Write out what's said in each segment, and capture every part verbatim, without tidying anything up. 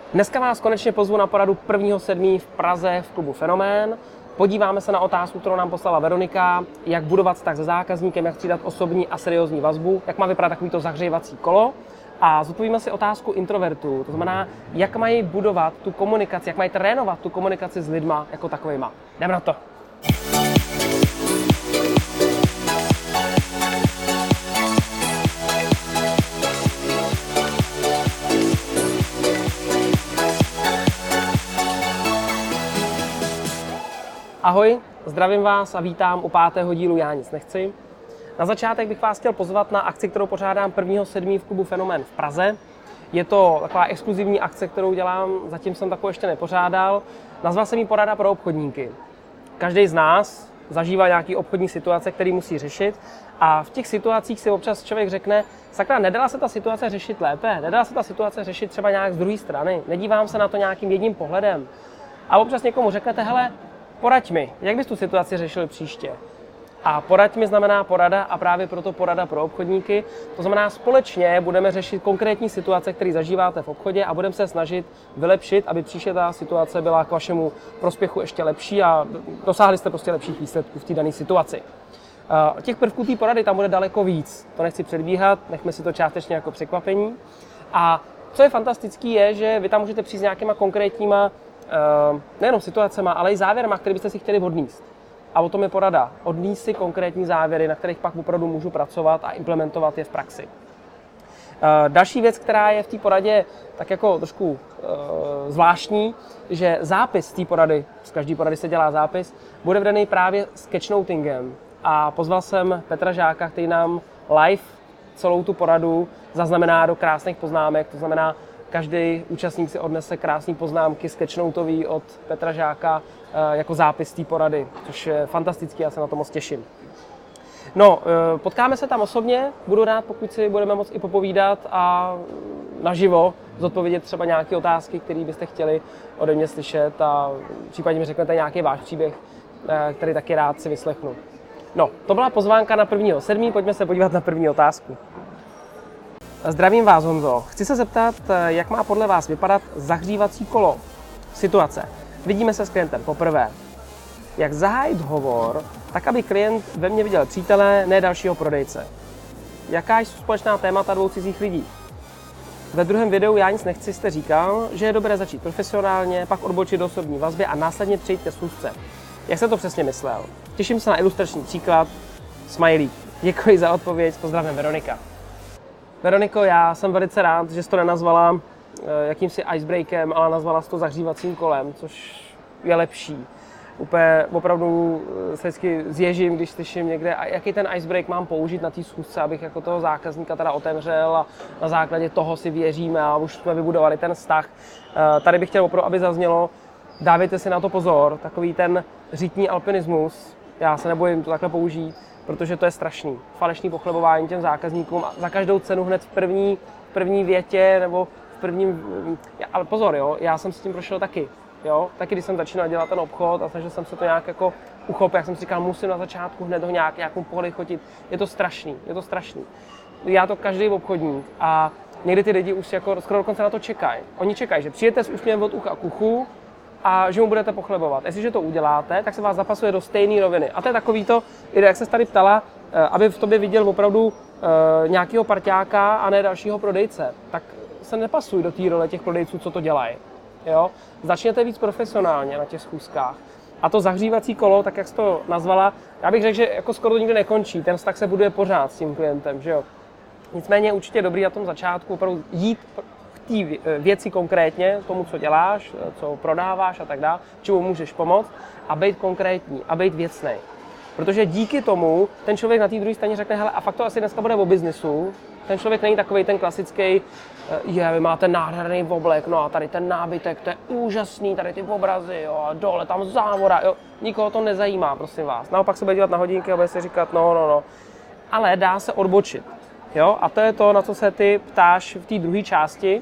Dneska vás konečně pozvu na poradu prvního sedmého v Praze v klubu Fenomén. Podíváme se na otázku, kterou nám poslala Veronika, jak budovat vztah se zákazníkem, jak střídat osobní a seriózní vazbu, jak má vypadat takovýto zahřívací kolo. A zodpovíme si otázku introvertů, to znamená, jak mají budovat tu komunikaci, jak mají trénovat tu komunikaci s lidma jako takovejma. Jdeme na to. Ahoj, zdravím vás a vítám u pátého dílu Já nic nechci. Na začátek bych vás chtěl pozvat na akci, kterou pořádám prvního sedmého v klubu Fenomén v Praze. Je to taková exkluzivní akce, kterou dělám, zatím jsem takovou ještě nepořádal. Nazval jsem ji Porada pro obchodníky. Každý z nás zažívá nějaký obchodní situace, který musí řešit, a v těch situacích si občas člověk řekne, sakra, nedala se ta situace řešit lépe, nedala se ta situace řešit třeba nějak z druhé strany, nedívám se na to nějakým jedním pohledem. A občas někomu řeknete, hele, poraď mi, jak bys tu situaci řešil příště? A poraď mi znamená porada, a právě proto porada pro obchodníky. To znamená, společně budeme řešit konkrétní situace, které zažíváte v obchodě, a budeme se snažit vylepšit, aby příště ta situace byla k vašemu prospěchu ještě lepší a dosáhli jste prostě lepších výsledků v té dané situaci. Těch prvků té porady tam bude daleko víc. To nechci předbíhat, nechme si to částečně jako překvapení. A co je fantastický je, že vy tam můžete přijít s nějakýma konkrétníma nejenom situacema, ale i závěrama, které byste si chtěli odníst. A o tom je porada. Odníst si konkrétní závěry, na kterých pak opravdu můžu pracovat a implementovat je v praxi. Další věc, která je v té poradě tak jako trošku e, zvláštní, že zápis té porady, z každé porady se dělá zápis, bude vedený právě sketchnotingem. A pozval jsem Petra Žáka, který nám live celou tu poradu zaznamená do krásných poznámek, to znamená, každý účastník si odnese krásné poznámky sketchnotový od Petra Žáka jako zápis té porady, což je fantastický, já se na to moc těším. No, potkáme se tam osobně, budu rád, pokud si budeme moct i popovídat a naživo zodpovědět třeba nějaké otázky, které byste chtěli ode mě slyšet, a případně mi řeknete nějaký váš příběh, který taky rád si vyslechnu. No, to byla pozvánka na prvního sedmého, pojďme se podívat na první otázku. Zdravím vás, Honzo. Chci se zeptat, jak má podle vás vypadat zahřívací kolo. Situace. Vidíme se s klientem poprvé. Jak zahájit hovor, tak aby klient ve mně viděl přítele, ne dalšího prodejce. Jaká jsou společná témata dvou cizích lidí? Ve druhém videu Já nic nechci jste říkal, že je dobré začít profesionálně, pak odbočit do osobní vazby a následně přejít ke schůzce. Jak jsem to přesně myslel? Těším se na ilustrační příklad. Smiley. Děkuji za odpověď, pozdravím Veronika. Veroniko, já jsem velice rád, že jsi to nenazvala jakýmsi icebreakem, ale nazvala jsi to zahřívacím kolem, což je lepší. Úplně opravdu se vždycky zježím, když slyším někde, a jaký ten icebreak mám použít na té schůzce, abych jako toho zákazníka teda otevřel a na základě toho si věříme a už jsme vybudovali ten vztah. Tady bych chtěl opravdu, aby zaznělo, dávejte si na to pozor, takový ten řítní alpinismus, já se nebojím to takhle použít, protože to je strašný. Falešný pochlebování těm zákazníkům a za každou cenu hned v první, v první větě nebo v prvním... Ale pozor, jo, já jsem s tím prošel taky. Jo? Taky, když jsem začínal dělat ten obchod a snažil jsem se to nějak jako uchopit, jak jsem si říkal, musím na začátku hned ho nějak, nějakou pohody chotit. Je to strašný, je to strašný. Já to každý obchodník a někdy ty lidi už jako skoro dokonce na to čekají. Oni čekají, že přijete s úsměvem od ucha k uchu a že mu budete pochlebovat. Jestliže to uděláte, tak se vás zapasuje do stejné roviny. A to je takový to, jak se tady ptala, aby v tobě viděl opravdu nějakého parťáka a ne dalšího prodejce. Tak se nepasuj do té role těch prodejců, co to dělají. Jo? Začněte víc profesionálně na těch schůzkách. A to zahřívací kolo, tak jak jsi to nazvala, já bych řekl, že jako skoro to nikdy nekončí. Ten vztah se buduje pořád s tím klientem, že jo. Nicméně určitě dobrý na tom začátku opravdu jít k té věci konkrétně, tomu, co děláš, co prodáváš a tak dále, čemu můžeš pomoct, a být konkrétní a být věcnej. Protože díky tomu ten člověk na té druhé straně řekne, hele, a fakt to asi dneska bude o biznisu. Ten člověk není takovej ten klasický, je, vy máte nádherný oblek, no a tady ten nábytek, to je úžasný, tady ty obrazy, jo, a dole tam závora, jo. Nikoho to nezajímá, prosím vás. Naopak se bude dívat na hodinky a bude si říkat, no, no, no. Ale dá se odbočit, jo, a to je to, na co se ty ptáš v té druhé části.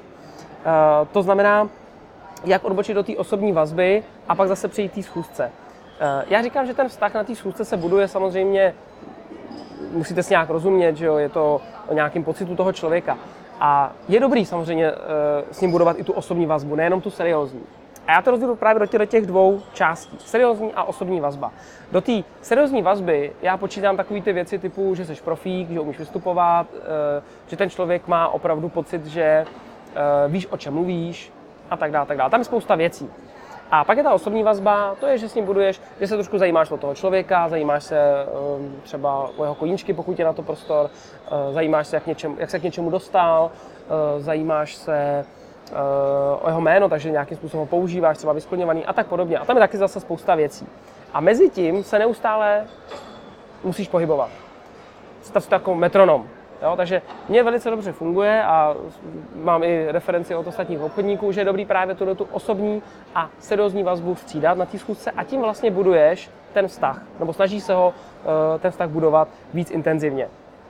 Uh, to znamená, jak odbočit do té osobní vazby a pak zase přejít té schůzce. Uh, já říkám, že ten vztah na té schůzce se buduje samozřejmě, musíte si nějak rozumět, že jo, je to o nějakém pocitu toho člověka. A je dobrý samozřejmě s ním budovat i tu osobní vazbu, nejenom tu seriózní. A já to rozděluji právě do těch dvou částí, seriózní a osobní vazba. Do té seriózní vazby já počítám takové ty věci typu, že jsi profík, že umíš vystupovat, že ten člověk má opravdu pocit, že víš, o čem mluvíš a tak dále, tak dále. Tam je spousta věcí. A pak je ta osobní vazba, to je, že s ním buduješ, že se trošku zajímáš o toho člověka, zajímáš se um, třeba o jeho koníčky, pokud je na to prostor, uh, zajímáš se, jak, něčem, jak se k něčemu dostal, uh, zajímáš se uh, o jeho jméno, takže nějakým způsobem ho používáš, třeba vyskloňovaný a tak podobně. A tam je taky zase spousta věcí. A mezi tím se neustále musíš pohybovat. Stav si to jako metronom. Jo, takže mně velice dobře funguje a mám i referenci od ostatních obchodníků, že je dobrý právě tu, tu osobní a seriózní vazbu střídat na té schůzce a tím vlastně buduješ ten vztah, nebo snažíš se ho ten vztah budovat víc intenzivně.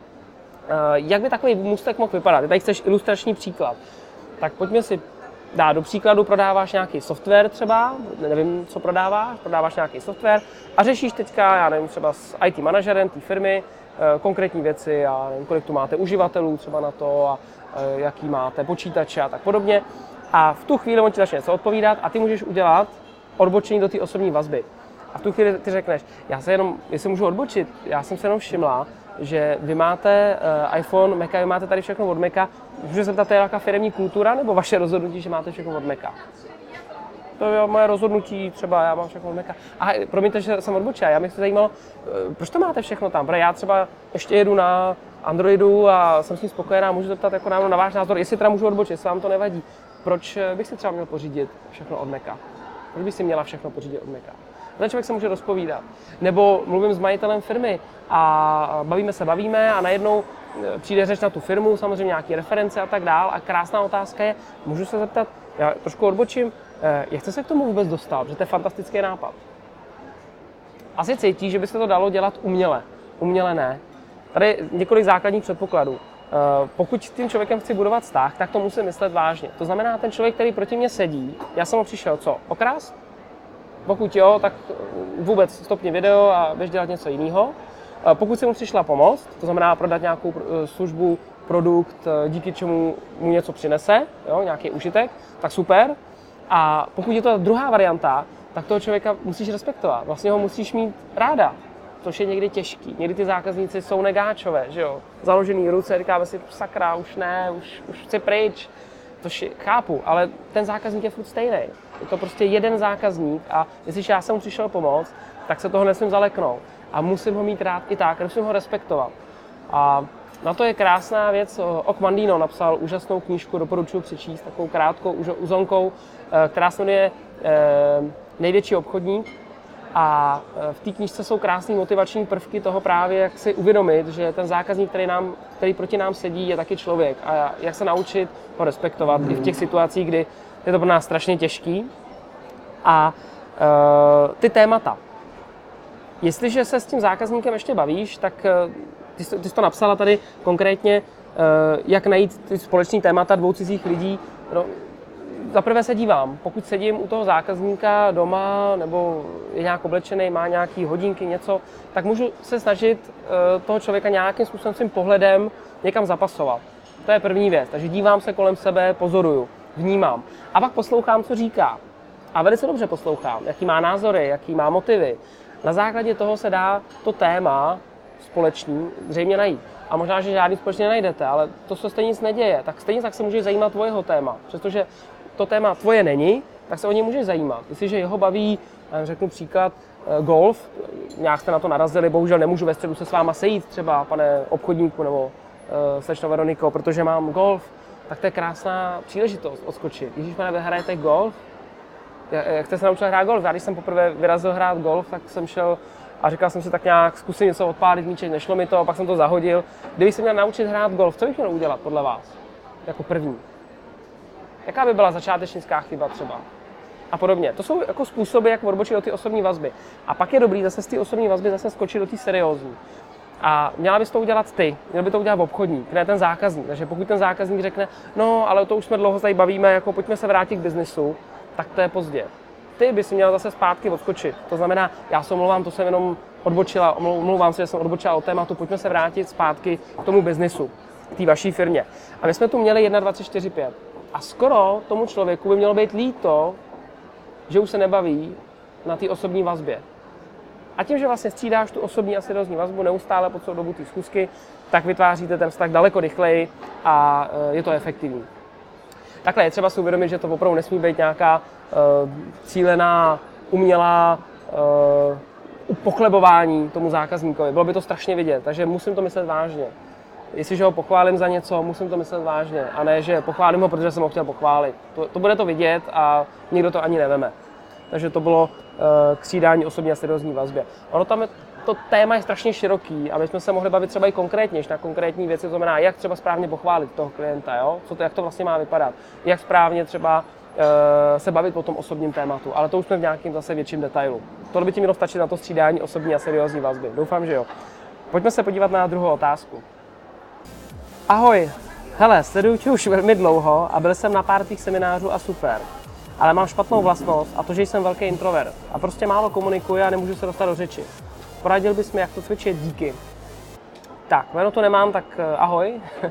Jak by takový můstek mohl vypadat? Ty tady chceš ilustrační příklad. Tak pojďme si dát do příkladu, prodáváš nějaký software třeba, nevím, co prodáváš, prodáváš nějaký software a řešíš teďka, já nevím, třeba s í té manažerem té firmy, konkrétní věci a nevím, kolik tu máte uživatelů třeba na to a jaký máte počítače a tak podobně. A v tu chvíli on ti začne něco odpovídat a ty můžeš udělat odbočení do té osobní vazby. A v tu chvíli ty řekneš, já se jenom, jestli můžu odbočit, já jsem se jenom všimla, že vy máte uh, iPhone, Maca, vy máte tady všechno od Maca. Můžu se zeptat, to je nějaká firemní kultura nebo vaše rozhodnutí, že máte všechno od Maca? To je moje rozhodnutí, třeba já mám všechno od Maca. A promiňte, že jsem odbočil, já mě se zajímalo, proč to máte všechno tam? Protože já třeba ještě jedu na Androidu a jsem s tím spokojená, můžu zeptat jako na, na váš názor, jestli teda můžu odbočit, jestli vám to nevadí. Proč bych si třeba měl pořídit všechno od Maca? Proč bych si měla všechno pořídit od Maca? Ten člověk se může rozpovídat. Nebo mluvím s majitelem firmy a bavíme se, bavíme a najednou přijde řeč na tu firmu, samozřejmě nějaké reference a tak dál. A krásná otázka je, můžu se zeptat, já trošku odbočím, jak jste se k tomu vůbec dostal, protože to je fantastický nápad. Asi cítí, že by se to dalo dělat uměle. Uměle ne. Tady je několik základních předpokladů. Pokud s tím člověkem chci budovat vztah, tak to musím myslet vážně. To znamená, ten člověk, který proti mně sedí, já jsem ho přišel co? Okrást? Pokud jo, tak vůbec stopni video a běž dělat něco jiného. Pokud si mu přišla pomoct, to znamená prodat nějakou službu, produkt, díky čemu mu něco přinese, jo, nějaký užitek, tak super. A pokud je to druhá varianta, tak toho člověka musíš respektovat. Vlastně ho musíš mít ráda, což je někdy těžký. Někdy ty zákazníci jsou negáčové, že jo. Založený ruce, říkáme si, sakra, už ne, už, už chci pryč. Což chápu, ale ten zákazník je furt stejný. Je to prostě jeden zákazník a jestliže já jsem mu přišel pomoct, tak se toho nesmím zaleknout. A musím ho mít rád i tak, musím ho respektovat. A na to je krásná věc. Ok Mandino napsal úžasnou knížku, doporučuji přečíst, takovou krátkou uzonkou, která se jmenuje Největší obchodník. A v té knížce jsou krásné motivační prvky toho právě, jak si uvědomit, že ten zákazník, který, nám, který proti nám sedí, je taky člověk. A jak se naučit ho respektovat i v těch situacích, kdy je to pro nás strašně těžký. A uh, ty témata. Jestliže se s tím zákazníkem ještě bavíš, tak uh, ty, jsi, ty jsi to napsala tady konkrétně, uh, jak najít ty společné témata dvou cizích lidí. No, zaprvé se dívám, pokud sedím u toho zákazníka doma nebo je nějak oblečený, má nějaký hodinky, něco, tak můžu se snažit uh, toho člověka nějakým způsobem svým pohledem někam zapasovat. To je první věc, takže dívám se kolem sebe, pozoruju, vnímám. A pak poslouchám, co říká. A velice dobře poslouchám, jaký má názory, jaký má motivy. Na základě toho se dá to téma společný zřejmě najít. A možná, že žádný společně najdete, ale to se stejně nic neděje. Tak stejně tak se může zajímat tvojeho téma. Přestože to téma tvoje není, tak se o něj můžeš zajímat. Jestliže jeho baví, řeknu příklad, golf, nějak jste na to narazili, bohužel nemůžu ve středu se s váma sejít třeba, pane obchodníku nebo uh, slečno Veroniko, protože mám golf, tak to je krásná příležitost odskočit. Ježíšmane, vy hrajete golf? Jak jste se naučil hrát golf? Já když jsem poprvé vyrazil hrát golf, tak jsem šel a říkal jsem si tak nějak, zkusím něco odpálit míček, nešlo mi to, a pak jsem to zahodil. Kdybych se měl naučit hrát golf, co bych měl udělat podle vás? Jako první. Jaká by byla začátečnická chyba třeba? A podobně. To jsou jako způsoby, jak odbočit do ty osobní vazby. A pak je dobrý zase z té osobní vazby zase skočit do té seriózní. A měla bys to udělat ty, měl by to udělat obchodník, ne ten zákazník. Takže pokud ten zákazník řekne, no, ale to už jsme dlouho tady bavíme, jako pojďme se vrátit k biznisu, tak to je pozdě. Ty bys měl zase zpátky odskočit. To znamená, já se omlouvám, to jsem jenom odbočila, omlouvám se, že jsem odbočila od tématu, pojďme se vrátit zpátky k tomu biznisu. k té vaší firmě. A my jsme tu měli jedna, dva, tři, čtyři, pět. A skoro tomu člověku by mělo být líto, že už se nebaví na té osobní vazbě. A tím, že vlastně střídáš tu osobní a seriózní vazbu neustále po celou dobu té schůzky, tak vytváříte ten vztah daleko rychleji a je to efektivní. Takhle je třeba si uvědomit, že to opravdu nesmí být nějaká uh, cílená, umělá uh, pochlebování tomu zákazníkovi. Bylo by to strašně vidět, takže musím to myslet vážně. Jestliže ho pochválím za něco, musím to myslet vážně, a ne, že pochválím ho, protože jsem ho chtěl pochválit. To, to bude to vidět a nikdo to ani neveme. Takže to bylo uh, k střídání osobní a seriózní vazbě. Ono tam je, to téma je strašně široký, aby jsme se mohli bavit třeba i konkrétně, na konkrétní věci, to znamená, jak třeba správně pochválit toho klienta, jo? Co to, jak to vlastně má vypadat, jak správně třeba uh, se bavit o tom osobním tématu, ale to už jsme v nějakém zase větším detailu. Tohle by ti mělo stačit na to střídání osobní a seriózní vazby. Doufám, že jo. Pojďme se podívat na druhou otázku. Ahoj, hele, sleduju tě už velmi dlouho a byl jsem na pár tvých seminářů a super. Ale mám špatnou vlastnost a to, že jsem velký introvert a prostě málo komunikuji a nemůžu se dostat do řeči. Poradil bys mi, jak to cvičit? Díky. Tak, jméno tu nemám, tak ahoj. uh,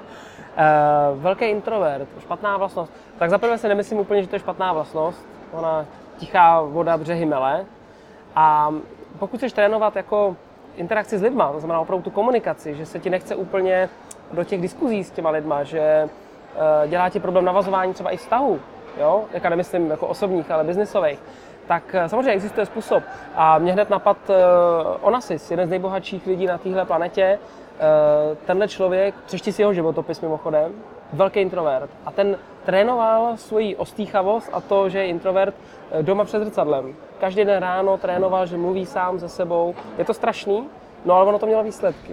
velký introvert, špatná vlastnost. Tak zaprvé si nemyslím úplně, že to je špatná vlastnost. Ona tichá voda břehy mele. A pokud chceš trénovat jako interakci s lidma, to znamená opravdu tu komunikaci, že se ti nechce úplně do těch diskuzí s těma lidma, že uh, dělá ti problém navazování třeba i vztahu, jo, jaká nemyslím jako osobních, ale biznisových, tak uh, samozřejmě existuje způsob. A mě hned napad uh, Onassis, jeden z nejbohatších lidí na téhle planetě. Uh, tenhle člověk, přečti si jeho životopis mimochodem, velký introvert. A ten trénoval svoji ostýchavost a to, že je introvert uh, doma před zrcadlem. Každý den ráno trénoval, že mluví sám se sebou. Je to strašný, no ale ono to mělo výsledky.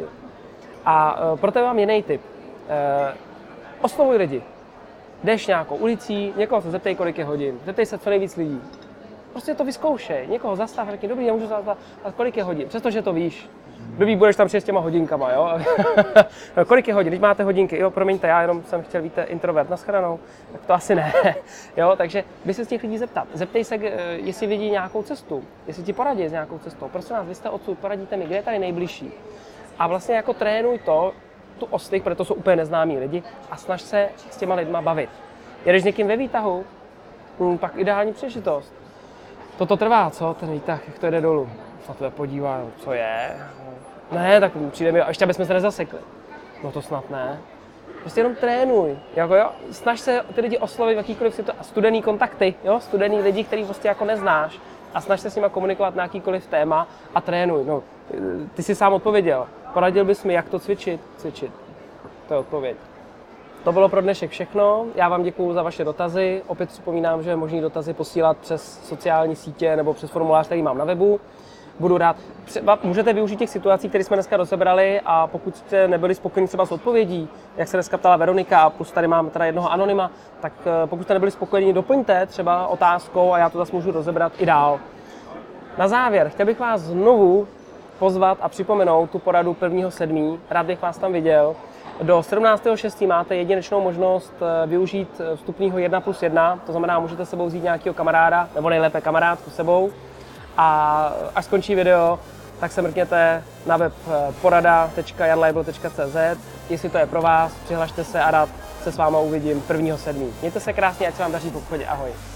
A uh, pro tebe mám jiný tip. Uh, oslovuj lidi. Jdeš nějakou ulicí, někoho se zeptej, kolik je hodin. Zeptej se co nejvíc lidí. Prostě to vyzkoušej. Někoho zastav, řekni, dobrý, já můžu zastavit, a kolik je hodin, přestože to víš. Dobrý, budeš tam přijet s těma hodinkama, jo? No, kolik je hodin, když máte hodinky, jo, promiňte, já jenom jsem chtěl, víte, introvert, nashledanou, tak to asi ne, jo, takže by se z těch lidí zeptat. Zeptej se, jestli vidí nějakou cestu, jestli ti poradí s nějakou cestou. Prosím vás, vy jste odsud, poradíte mi, kde je tady nejbližší. A vlastně jako trénuj to, tu ostych, protože to jsou úplně neznámí lidi, a snaž se s těma lidma bavit. Jedeš s někým ve výtahu, hm, pak ideální příležitost. Toto trvá, co, ten výtah, jak to jde dolů? Na to je podívá, co je? Ne, tak přijde mi, ještě abychom se nezasekli. No to snad ne. Prostě jenom trénuj, jako jo, snaž se ty lidi oslovit v jakýkoliv situaci, studený kontakty, jo, studený lidi, který prostě jako neznáš, a snaž se s nima komunikovat na jakýkoliv téma a trénuj. No, ty jsi sám odpověděl, poradil bys mi, jak to cvičit? Cvičit, to je odpověď. To bylo pro dnešek všechno, já vám děkuju za vaše dotazy, opět připomínám, že je možné dotazy posílat přes sociální sítě nebo přes formulář, který mám na webu. Budu rád. Třeba můžete využít těch situací, které jsme dneska rozebrali, a pokud jste nebyli spokojeni třeba s odpovědí, jak se dneska ptala Veronika, a plus tady máme teda jednoho anonyma, tak pokud jste nebyli spokojeni, doplňte třeba otázkou a já to zase můžu rozebrat i dál. Na závěr chtěl bych vás znovu pozvat a připomenout tu poradu prvního sedmého Rád bych vás tam viděl. Do sedmnáctého šestého máte jedinečnou možnost využít vstupního jedna plus jedna, to znamená, můžete sebou vzít nějakého kamaráda, nebo nejlépe kamarádku sebou. A až skončí video, tak se mrkněte na web porada tečka jan leibl tečka cé zet. Jestli to je pro vás, přihlašte se a rád se s váma uvidím prvního sedmého Mějte se krásně, ať se vám daří v obchodě. Ahoj.